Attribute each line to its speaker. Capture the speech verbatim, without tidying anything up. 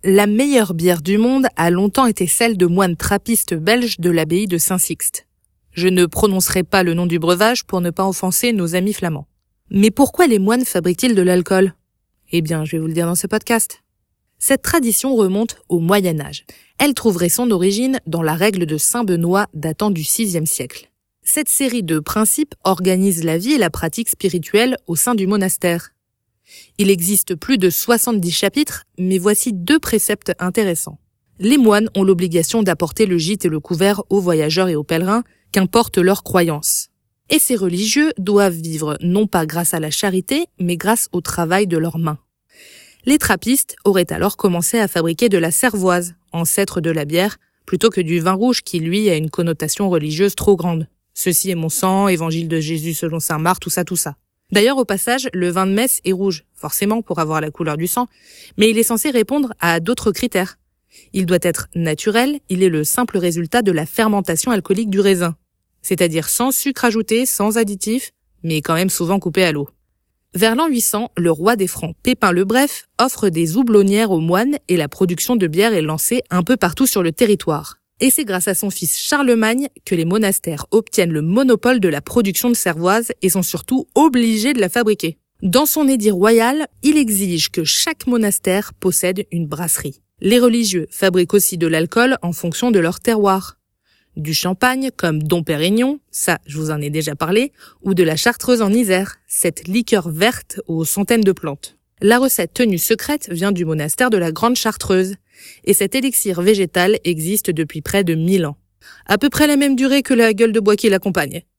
Speaker 1: La meilleure bière du monde a longtemps été celle de moines trappistes belges de l'abbaye de Saint-Sixte. Je ne prononcerai pas le nom du breuvage pour ne pas offenser nos amis flamands. Mais pourquoi les moines fabriquent-ils de l'alcool ? Eh bien, je vais vous le dire dans ce podcast. Cette tradition remonte au Moyen-Âge. Elle trouverait son origine dans la règle de Saint-Benoît datant du sixième siècle. Cette série de principes organise la vie et la pratique spirituelle au sein du monastère. Il existe plus de soixante-dix chapitres, mais voici deux préceptes intéressants. Les moines ont l'obligation d'apporter le gîte et le couvert aux voyageurs et aux pèlerins, qu'importe leur croyance. Et ces religieux doivent vivre non pas grâce à la charité, mais grâce au travail de leurs mains. Les trappistes auraient alors commencé à fabriquer de la cervoise, ancêtre de la bière, plutôt que du vin rouge qui, lui, a une connotation religieuse trop grande. Ceci est mon sang, évangile de Jésus selon saint Marc, tout ça, tout ça. D'ailleurs, au passage, le vin de messe est rouge, forcément pour avoir la couleur du sang, mais il est censé répondre à d'autres critères. Il doit être naturel, il est le simple résultat de la fermentation alcoolique du raisin, c'est-à-dire sans sucre ajouté, sans additifs, mais quand même souvent coupé à l'eau. Vers l'an huit cents, le roi des Francs, Pépin le Bref, offre des houblonnières aux moines et la production de bière est lancée un peu partout sur le territoire. Et c'est grâce à son fils Charlemagne que les monastères obtiennent le monopole de la production de cervoise et sont surtout obligés de la fabriquer. Dans son édit royal, il exige que chaque monastère possède une brasserie. Les religieux fabriquent aussi de l'alcool en fonction de leur terroir. Du champagne comme Dom Pérignon, ça je vous en ai déjà parlé, ou de la chartreuse en Isère, cette liqueur verte aux centaines de plantes. La recette tenue secrète vient du monastère de la Grande Chartreuse, et cet élixir végétal existe depuis près de mille ans. À peu près la même durée que la gueule de bois qui l'accompagne.